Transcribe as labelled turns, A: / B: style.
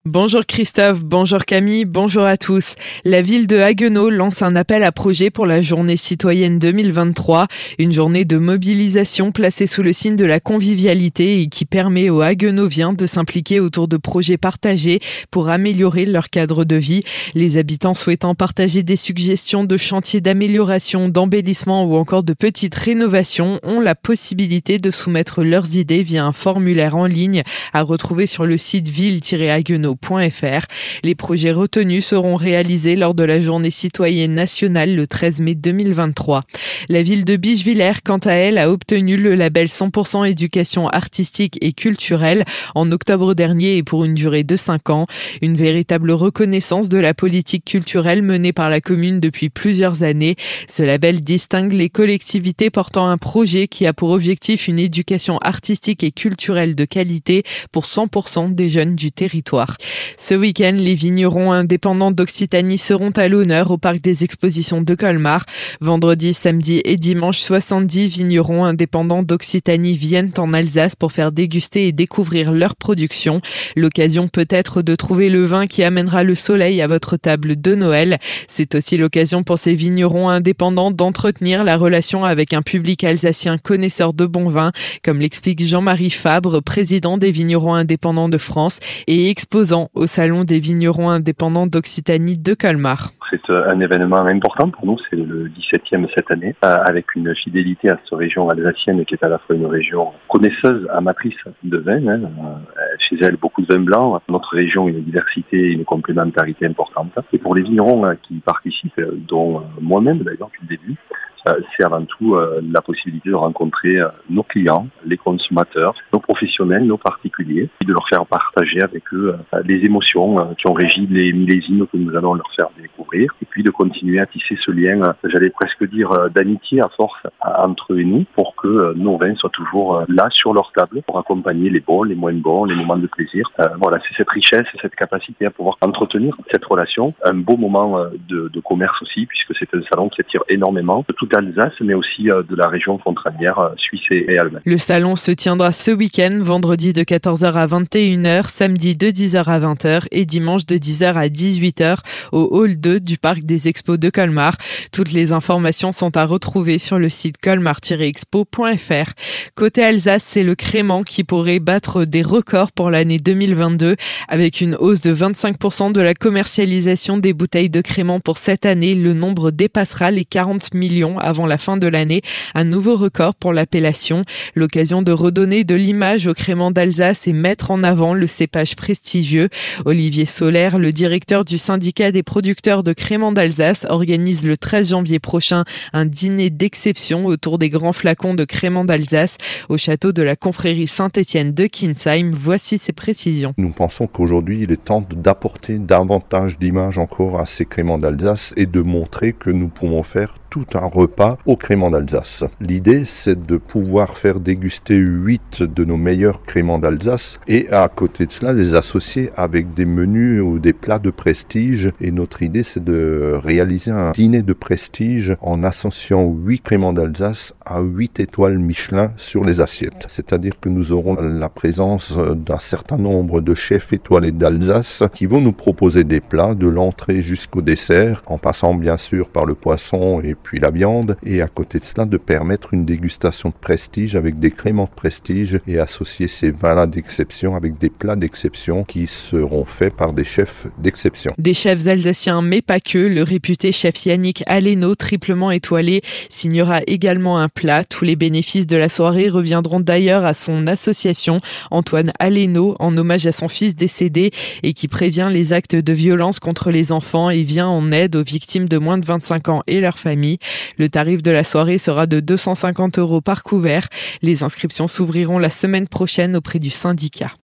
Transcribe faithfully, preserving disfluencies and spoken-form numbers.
A: Bonjour Christophe, bonjour Camille, bonjour à tous. La ville de Haguenau lance un appel à projets pour la journée citoyenne deux mille vingt-trois, une journée de mobilisation placée sous le signe de la convivialité et qui permet aux Haguenauviens de s'impliquer autour de projets partagés pour améliorer leur cadre de vie. Les habitants souhaitant partager des suggestions de chantiers d'amélioration, d'embellissement ou encore de petites rénovations ont la possibilité de soumettre leurs idées via un formulaire en ligne à retrouver sur le site ville tiret haguenau point f r. Les projets retenus seront réalisés lors de la journée citoyenne nationale le treize mai deux mille vingt-trois. La ville de Bischwiller, quant à elle, a obtenu le label cent pour cent éducation artistique et culturelle en octobre dernier et pour une durée de cinq ans. Une véritable reconnaissance de la politique culturelle menée par la commune depuis plusieurs années. Ce label distingue les collectivités portant un projet qui a pour objectif une éducation artistique et culturelle de qualité pour cent pour cent des jeunes du territoire. Ce week-end, les vignerons indépendants d'Occitanie seront à l'honneur au parc des expositions de Colmar. Vendredi, samedi et dimanche, soixante-dix vignerons indépendants d'Occitanie viennent en Alsace pour faire déguster et découvrir leur production. L'occasion peut-être de trouver le vin qui amènera le soleil à votre table de Noël. C'est aussi l'occasion pour ces vignerons indépendants d'entretenir la relation avec un public alsacien connaisseur de bon vin, comme l'explique Jean-Marie Fabre, président des vignerons indépendants de France et exposant au Salon des vignerons indépendants d'Occitanie de Colmar.
B: C'est un événement important pour nous, c'est le dix-septième cette année, avec une fidélité à cette région alsacienne qui est à la fois une région connaisseuse, amatrice de vin, hein. Chez elle beaucoup de vins blancs, notre région une diversité et une complémentarité importante. Et pour les vignerons qui participent, dont moi-même d'ailleurs depuis le début, c'est avant tout euh, la possibilité de rencontrer euh, nos clients, les consommateurs, nos professionnels, nos particuliers, et de leur faire partager avec eux euh, les émotions euh, qui ont régi les millésimes que nous allons leur faire découvrir, et puis de continuer à tisser ce lien, euh, j'allais presque dire euh, d'amitié à force euh, entre eux et nous, pour que euh, nos vins soient toujours euh, là sur leur table, pour accompagner les bons, les moins bons, les moments de plaisir. Euh, voilà, c'est cette richesse, cette capacité à pouvoir entretenir cette relation, un beau moment euh, de, de commerce aussi, puisque c'est un salon qui attire énormément de toute Alsace, mais aussi de la région frontalière suisse et allemande.
A: Le salon se tiendra ce week-end, vendredi de quatorze heures à vingt et une heures, samedi de dix heures à vingt heures et dimanche de dix heures à dix-huit heures au hall deux du parc des expos de Colmar. Toutes les informations sont à retrouver sur le site colmar tiret expo point f r. Côté Alsace, c'est le crément qui pourrait battre des records pour l'année deux mille vingt-deux, avec une hausse de vingt-cinq pour cent de la commercialisation des bouteilles de crément pour cette année. Le nombre dépassera les quarante millions avant la fin de l'année, un nouveau record pour l'appellation. L'occasion de redonner de l'image au crément d'Alsace et mettre en avant le cépage prestigieux. Olivier Solaire, le directeur du syndicat des producteurs de crément d'Alsace, organise le treize janvier prochain un dîner d'exception autour des grands flacons de crément d'Alsace au château de la confrérie Saint-Étienne de Kinsheim. Voici ses précisions.
C: Nous pensons qu'aujourd'hui, il est temps d'apporter davantage d'image encore à ces créments d'Alsace et de montrer que nous pouvons faire tout un repas au crément d'Alsace. L'idée, c'est de pouvoir faire déguster huit de nos meilleurs créments d'Alsace et à côté de cela, les associer avec des menus ou des plats de prestige. Et notre idée, c'est de réaliser un dîner de prestige en associant huit créments d'Alsace à huit étoiles Michelin sur les assiettes. C'est-à-dire que nous aurons la présence d'un certain nombre de chefs étoilés d'Alsace qui vont nous proposer des plats de l'entrée jusqu'au dessert, en passant bien sûr par le poisson et puis la viande, et à côté de cela de permettre une dégustation de prestige avec des créments de prestige et associer ces vins-là d'exception avec des plats d'exception qui seront faits par des chefs d'exception.
A: Des chefs alsaciens, mais pas que. Le réputé chef Yannick Aleno, triplement étoilé, signera également un plat. Tous les bénéfices de la soirée reviendront d'ailleurs à son association Antoine Aleno, en hommage à son fils décédé et qui prévient les actes de violence contre les enfants et vient en aide aux victimes de moins de vingt-cinq ans et leurs familles. Le tarif de la soirée sera de deux cent cinquante euros par couvert. Les inscriptions s'ouvriront la semaine prochaine auprès du syndicat.